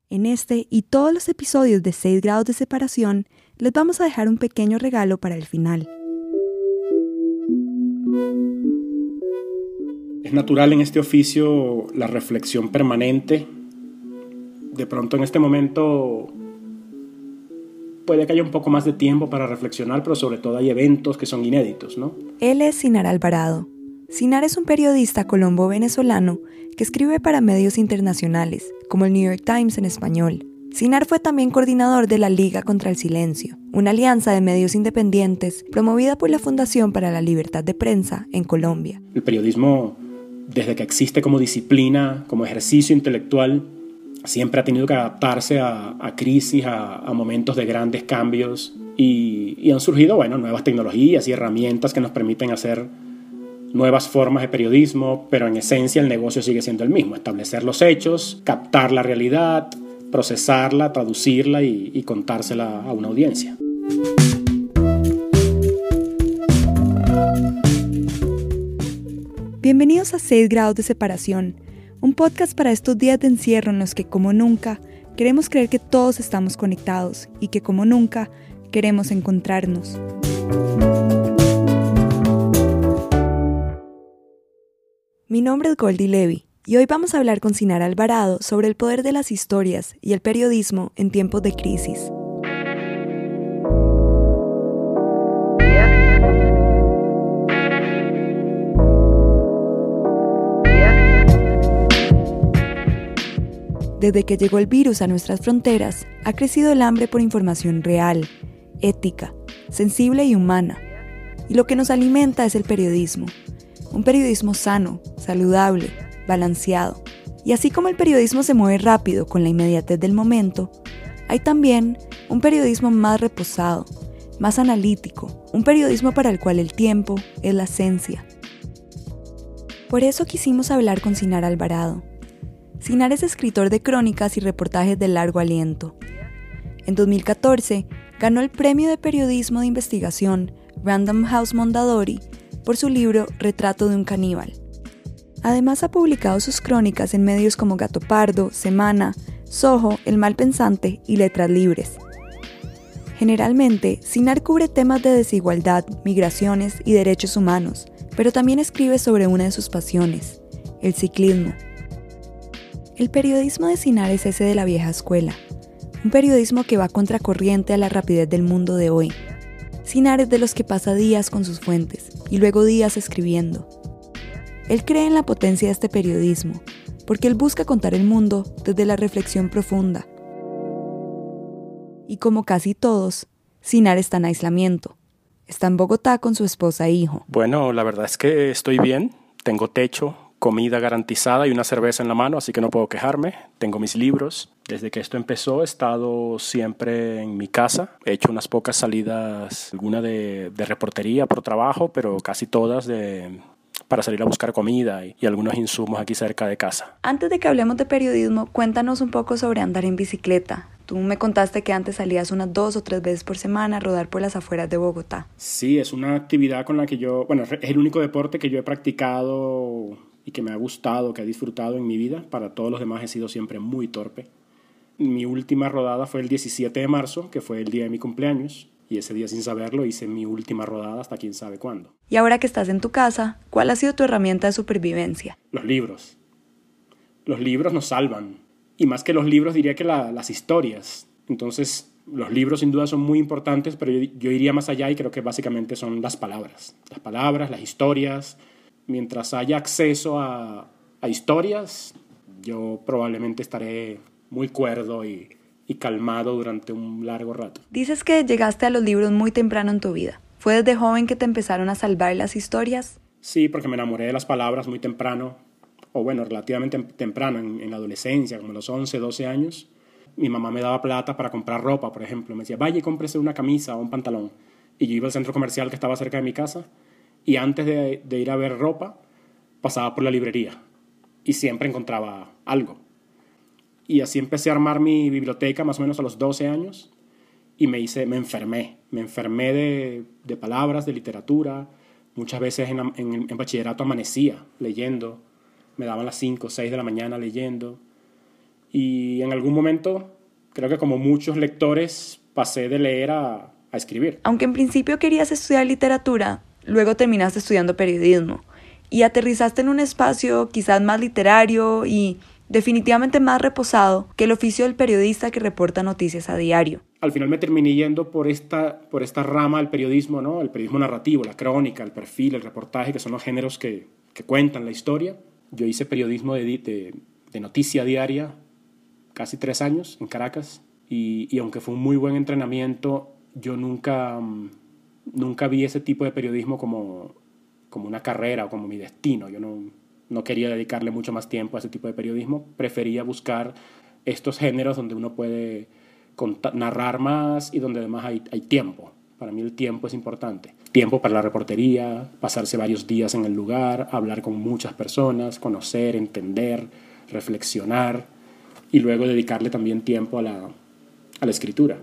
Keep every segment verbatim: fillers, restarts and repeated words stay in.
En este y todos los episodios de seis grados de separación, les vamos a dejar un pequeño regalo para el final. Es natural en este oficio la reflexión permanente. De pronto en este momento puede que haya un poco más de tiempo para reflexionar, pero sobre todo hay eventos que son inéditos, ¿no? Él es Sinar Alvarado. Sinar es un periodista colombo-venezolano que escribe para medios internacionales, como el New York Times en español. Sinar fue también coordinador de la Liga contra el Silencio, una alianza de medios independientes promovida por la Fundación para la Libertad de Prensa en Colombia. El periodismo, desde que existe como disciplina, como ejercicio intelectual, siempre ha tenido que adaptarse a, a crisis, a, a momentos de grandes cambios y, y han surgido, bueno, nuevas tecnologías y herramientas que nos permiten hacer nuevas formas de periodismo, pero en esencia el negocio sigue siendo el mismo: establecer los hechos, captar la realidad, procesarla, traducirla y, y contársela a una audiencia. Bienvenidos a seis grados de separación, un podcast para estos días de encierro en los que, como nunca, queremos creer que todos estamos conectados y que, como nunca, queremos encontrarnos. Mi nombre es Goldie Levy y hoy vamos a hablar con Sinar Alvarado sobre el poder de las historias y el periodismo en tiempos de crisis. Desde que llegó el virus a nuestras fronteras, ha crecido el hambre por información real, ética, sensible y humana. Y lo que nos alimenta es el periodismo. Un periodismo sano, saludable, balanceado. Y así como el periodismo se mueve rápido con la inmediatez del momento, hay también un periodismo más reposado, más analítico, un periodismo para el cual el tiempo es la esencia. Por eso quisimos hablar con Sinar Alvarado. Sinar es escritor de crónicas y reportajes de largo aliento. En dos mil catorce ganó el Premio de Periodismo de Investigación Random House Mondadori por su libro Retrato de un caníbal. Además ha publicado sus crónicas en medios como Gato Pardo, Semana, Soho, El Mal Pensante y Letras Libres. Generalmente, Sinar cubre temas de desigualdad, migraciones y derechos humanos, pero también escribe sobre una de sus pasiones, el ciclismo. El periodismo de Sinar es ese de la vieja escuela, un periodismo que va contracorriente a la rapidez del mundo de hoy. Sinar es de los que pasa días con sus fuentes y luego días escribiendo. Él cree en la potencia de este periodismo, porque él busca contar el mundo desde la reflexión profunda. Y como casi todos, Sinar está en aislamiento. Está en Bogotá con su esposa e hijo. Bueno, la verdad es que estoy bien, tengo techo, comida garantizada y una cerveza en la mano, así que no puedo quejarme. Tengo mis libros. Desde que esto empezó he estado siempre en mi casa. He hecho unas pocas salidas, alguna de, de reportería por trabajo, pero casi todas de, para salir a buscar comida y, y algunos insumos aquí cerca de casa. Antes de que hablemos de periodismo, cuéntanos un poco sobre andar en bicicleta. Tú me contaste que antes salías unas dos o tres veces por semana a rodar por las afueras de Bogotá. Sí, es una actividad con la que yo, bueno, es el único deporte que yo he practicado y que me ha gustado, que he disfrutado en mi vida. Para todos los demás he sido siempre muy torpe. Mi última rodada fue el diecisiete de marzo, que fue el día de mi cumpleaños, y ese día, sin saberlo, hice mi última rodada hasta quién sabe cuándo. Y ahora que estás en tu casa, ¿cuál ha sido tu herramienta de supervivencia? Los libros. Los libros nos salvan. Y más que los libros, diría que la, las historias. Entonces, los libros sin duda son muy importantes, pero yo, yo iría más allá y creo que básicamente son las palabras. Las palabras, las historias. Mientras haya acceso a, a historias, yo probablemente estaré muy cuerdo y, y calmado durante un largo rato. Dices que llegaste a los libros muy temprano en tu vida. ¿Fue desde joven que te empezaron a salvar las historias? Sí, porque me enamoré de las palabras muy temprano, o bueno, relativamente temprano, en, en la adolescencia, como a los once, doce años. Mi mamá me daba plata para comprar ropa, por ejemplo. Me decía, vaya y cómprese una camisa o un pantalón. Y yo iba al centro comercial que estaba cerca de mi casa, y antes de, de ir a ver ropa, pasaba por la librería. Y siempre encontraba algo. Y así empecé a armar mi biblioteca más o menos a los doce años. Y me hice, me enfermé. Me enfermé de, de palabras, de literatura. Muchas veces en, en, en bachillerato amanecía leyendo. Me daban las cinco o seis de la mañana leyendo. Y en algún momento, creo que como muchos lectores, pasé de leer a, a escribir. Aunque en principio querías estudiar literatura, luego terminaste estudiando periodismo y aterrizaste en un espacio quizás más literario y definitivamente más reposado que el oficio del periodista que reporta noticias a diario. Al final me terminé yendo por esta, por esta rama del periodismo, ¿no? El periodismo narrativo, la crónica, el perfil, el reportaje, que son los géneros que, que cuentan la historia. Yo hice periodismo de, de, de noticia diaria casi tres años en Caracas y, y aunque fue un muy buen entrenamiento, yo nunca, nunca vi ese tipo de periodismo como, como una carrera o como mi destino. Yo no, no quería dedicarle mucho más tiempo a ese tipo de periodismo. Prefería buscar estos géneros donde uno puede contar, narrar más y donde además hay, hay tiempo. Para mí el tiempo es importante. Tiempo para la reportería, pasarse varios días en el lugar, hablar con muchas personas, conocer, entender, reflexionar y luego dedicarle también tiempo a la, a la escritura.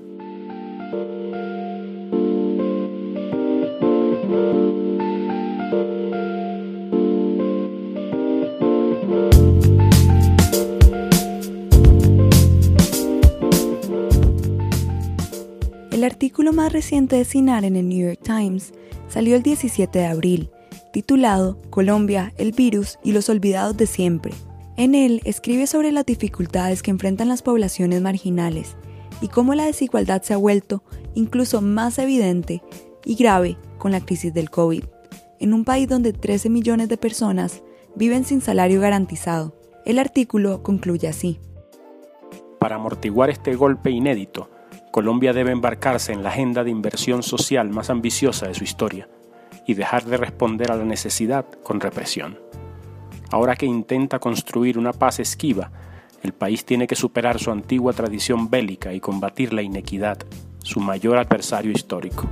El artículo más reciente de Sinar en el New York Times salió el diecisiete de abril, titulado Colombia, el virus y los olvidados de siempre. En él escribe sobre las dificultades que enfrentan las poblaciones marginales y cómo la desigualdad se ha vuelto incluso más evidente y grave con la crisis del COVID, en un país donde trece millones de personas viven sin salario garantizado. El artículo concluye así. Para amortiguar este golpe inédito, Colombia debe embarcarse en la agenda de inversión social más ambiciosa de su historia y dejar de responder a la necesidad con represión. Ahora que intenta construir una paz esquiva, el país tiene que superar su antigua tradición bélica y combatir la inequidad, su mayor adversario histórico.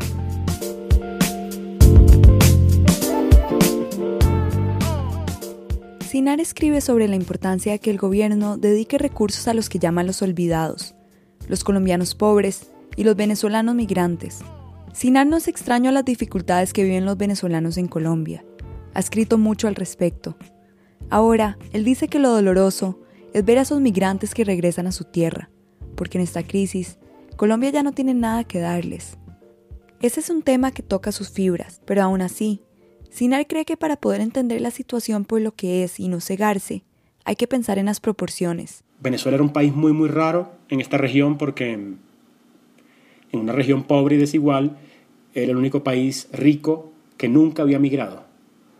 Sinar escribe sobre la importancia de que el gobierno dedique recursos a los que llaman los olvidados, los colombianos pobres y los venezolanos migrantes. Sinar no es extraño a las dificultades que viven los venezolanos en Colombia. Ha escrito mucho al respecto. Ahora, él dice que lo doloroso es ver a esos migrantes que regresan a su tierra, porque en esta crisis, Colombia ya no tiene nada que darles. Ese es un tema que toca sus fibras, pero aún así, Sinar cree que para poder entender la situación por lo que es y no cegarse, hay que pensar en las proporciones. Venezuela era un país muy muy raro en esta región porque en una región pobre y desigual era el único país rico que nunca había migrado.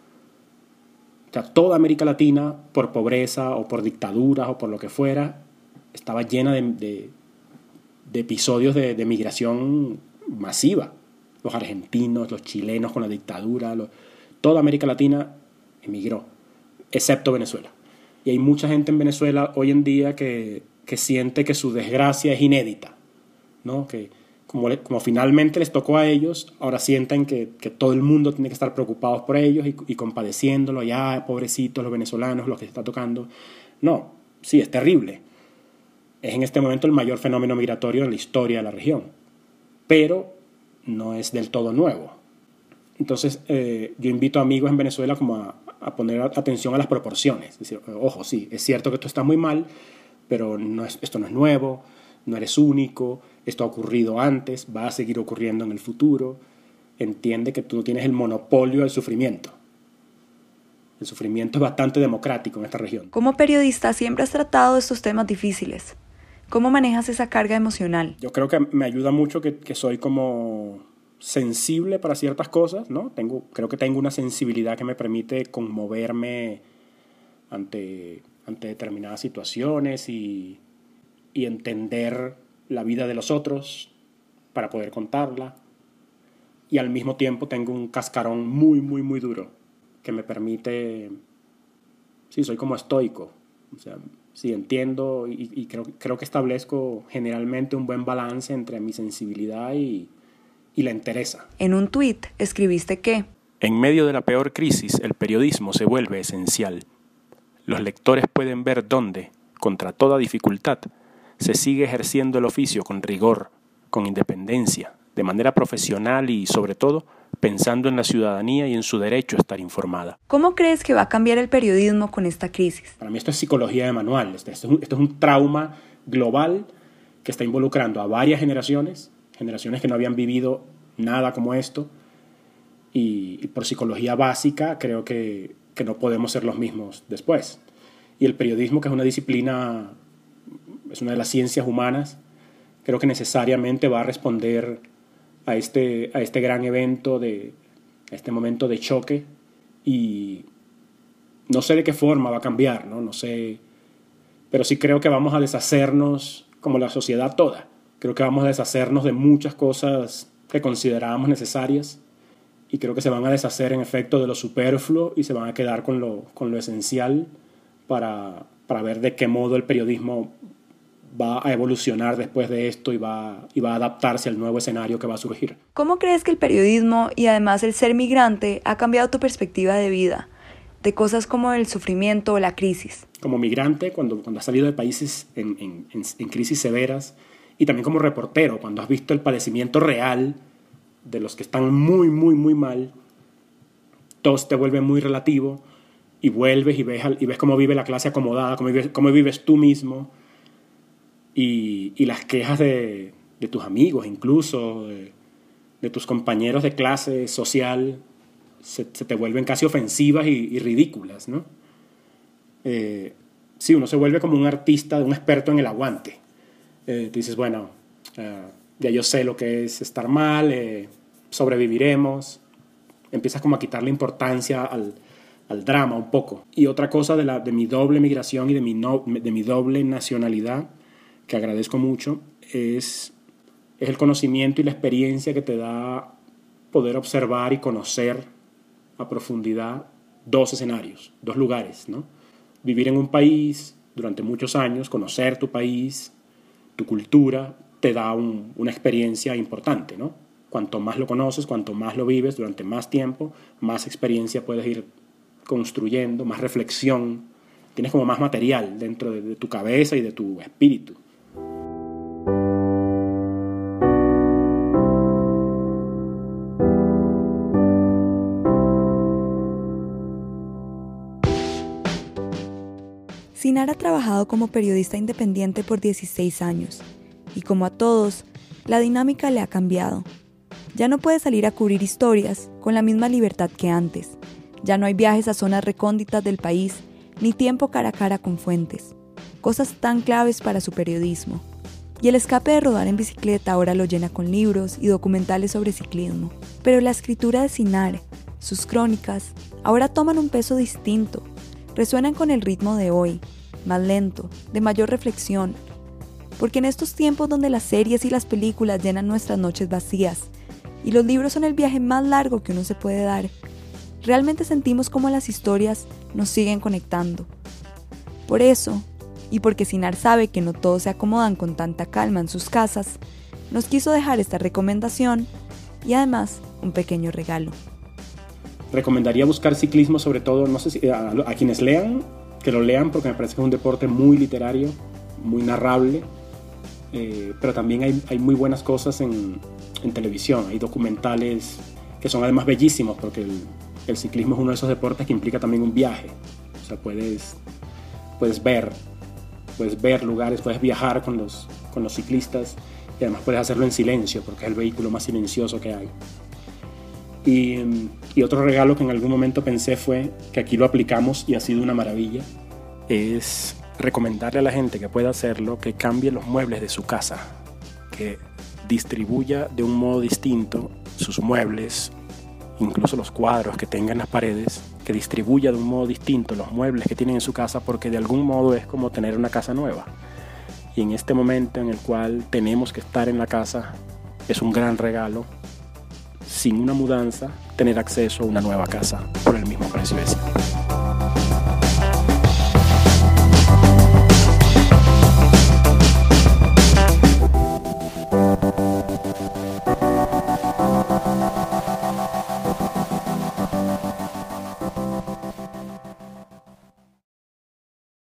O sea, toda América Latina, por pobreza o por dictaduras o por lo que fuera, estaba llena de, de, de episodios de, de migración masiva. Los argentinos, los chilenos con la dictadura, los, toda América Latina emigró, excepto Venezuela. Y hay mucha gente en Venezuela hoy en día que, que siente que su desgracia es inédita, ¿no? Que como, le, como finalmente les tocó a ellos, ahora sienten que, que todo el mundo tiene que estar preocupados por ellos y, y compadeciéndolo, ya pobrecitos los venezolanos, los que está tocando. No, sí, es terrible. Es en este momento el mayor fenómeno migratorio en la historia de la región, pero no es del todo nuevo. Entonces, eh, yo invito a amigos en Venezuela como a, a poner atención a las proporciones. Es decir, ojo, sí, es cierto que esto está muy mal, pero no es, esto no es nuevo, no eres único, esto ha ocurrido antes, va a seguir ocurriendo en el futuro. Entiende que tú no tienes el monopolio del sufrimiento. El sufrimiento es bastante democrático en esta región. Como periodista siempre has tratado estos temas difíciles. ¿Cómo manejas esa carga emocional? Yo creo que me ayuda mucho que, que soy como sensible para ciertas cosas, ¿no? Tengo, creo que tengo una sensibilidad que me permite conmoverme ante, ante determinadas situaciones y, y entender la vida de los otros para poder contarla. Y al mismo tiempo tengo un cascarón muy, muy, muy duro que me permite... Sí, soy como estoico. O sea, sí, entiendo y, y creo, creo que establezco generalmente un buen balance entre mi sensibilidad y, y la entereza. En un tuit escribiste que... En medio de la peor crisis, el periodismo se vuelve esencial. Los lectores pueden ver dónde, contra toda dificultad, se sigue ejerciendo el oficio con rigor, con independencia, de manera profesional y, sobre todo, pensando en la ciudadanía y en su derecho a estar informada. ¿Cómo crees que va a cambiar el periodismo con esta crisis? Para mí esto es psicología de manual. Esto es un, esto es un trauma global que está involucrando a varias generaciones, generaciones que no habían vivido nada como esto, y, y por psicología básica creo que, que no podemos ser los mismos después. Y el periodismo, que es una disciplina, es una de las ciencias humanas, creo que necesariamente va a responder a este, a este gran evento, de, a este momento de choque, y no sé de qué forma va a cambiar, ¿no? No sé, pero sí creo que vamos a deshacernos, como la sociedad toda, creo que vamos a deshacernos de muchas cosas que considerábamos necesarias, y creo que se van a deshacer en efecto de lo superfluo y se van a quedar con lo, con lo esencial para, para ver de qué modo el periodismo va a evolucionar después de esto y va, y va a adaptarse al nuevo escenario que va a surgir. ¿Cómo crees que el periodismo y además el ser migrante ha cambiado tu perspectiva de vida, de cosas como el sufrimiento o la crisis? Como migrante, cuando, cuando has salido de países en, en, en, en crisis severas, y también como reportero, cuando has visto el padecimiento real de los que están muy, muy, muy mal, todo te vuelve muy relativo y vuelves y ves, y ves cómo vive la clase acomodada, cómo vives, cómo vives tú mismo, y, y las quejas de, de tus amigos, incluso de, de tus compañeros de clase social, se, se te vuelven casi ofensivas y, y ridículas, ¿no? Eh, sí, uno se vuelve como un artista, un experto en el aguante. Eh, tú dices, bueno, uh, ya yo sé lo que es estar mal, eh, sobreviviremos. Empiezas como a quitarle importancia al, al drama un poco. Y otra cosa de, la, de mi doble migración y de mi, no, de mi doble nacionalidad, que agradezco mucho, es, es el conocimiento y la experiencia que te da poder observar y conocer a profundidad dos escenarios, dos lugares, ¿no? Vivir en un país durante muchos años, conocer tu país, tu cultura, te da un, una experiencia importante, ¿no? Cuanto más lo conoces, cuanto más lo vives durante más tiempo, más experiencia puedes ir construyendo, más reflexión, tienes como más material dentro de, de tu cabeza y de tu espíritu. Sinar ha trabajado como periodista independiente por dieciséis años, y como a todos, la dinámica le ha cambiado. Ya no puede salir a cubrir historias con la misma libertad que antes. Ya no hay viajes a zonas recónditas del país, ni tiempo cara a cara con fuentes, cosas tan claves para su periodismo. Y el escape de rodar en bicicleta ahora lo llena con libros y documentales sobre ciclismo. Pero la escritura de Sinar, sus crónicas, ahora toman un peso distinto. Resuenan con el ritmo de hoy, más lento, de mayor reflexión. Porque en estos tiempos donde las series y las películas llenan nuestras noches vacías, y los libros son el viaje más largo que uno se puede dar, realmente sentimos como las historias nos siguen conectando. Por eso, y porque Sinar sabe que no todos se acomodan con tanta calma en sus casas, nos quiso dejar esta recomendación y además un pequeño regalo. Recomendaría buscar ciclismo, sobre todo, no sé si a, a quienes lean, que lo lean, porque me parece que es un deporte muy literario, muy narrable, eh, pero también hay, hay muy buenas cosas en, en televisión, hay documentales que son además bellísimos, porque el, el ciclismo es uno de esos deportes que implica también un viaje, o sea, puedes, puedes ver, puedes ver lugares, puedes viajar con los, con los ciclistas, y además puedes hacerlo en silencio, porque es el vehículo más silencioso que hay. Y, y otro regalo que en algún momento pensé fue, que aquí lo aplicamos y ha sido una maravilla, es recomendarle a la gente que pueda hacerlo, que cambie los muebles de su casa, que distribuya de un modo distinto sus muebles, incluso los cuadros que tenga en las paredes, que distribuya de un modo distinto los muebles que tienen en su casa, porque de algún modo es como tener una casa nueva. Y en este momento en el cual tenemos que estar en la casa, es un gran regalo, sin una mudanza, tener acceso a una nueva casa por el mismo precio de siempre.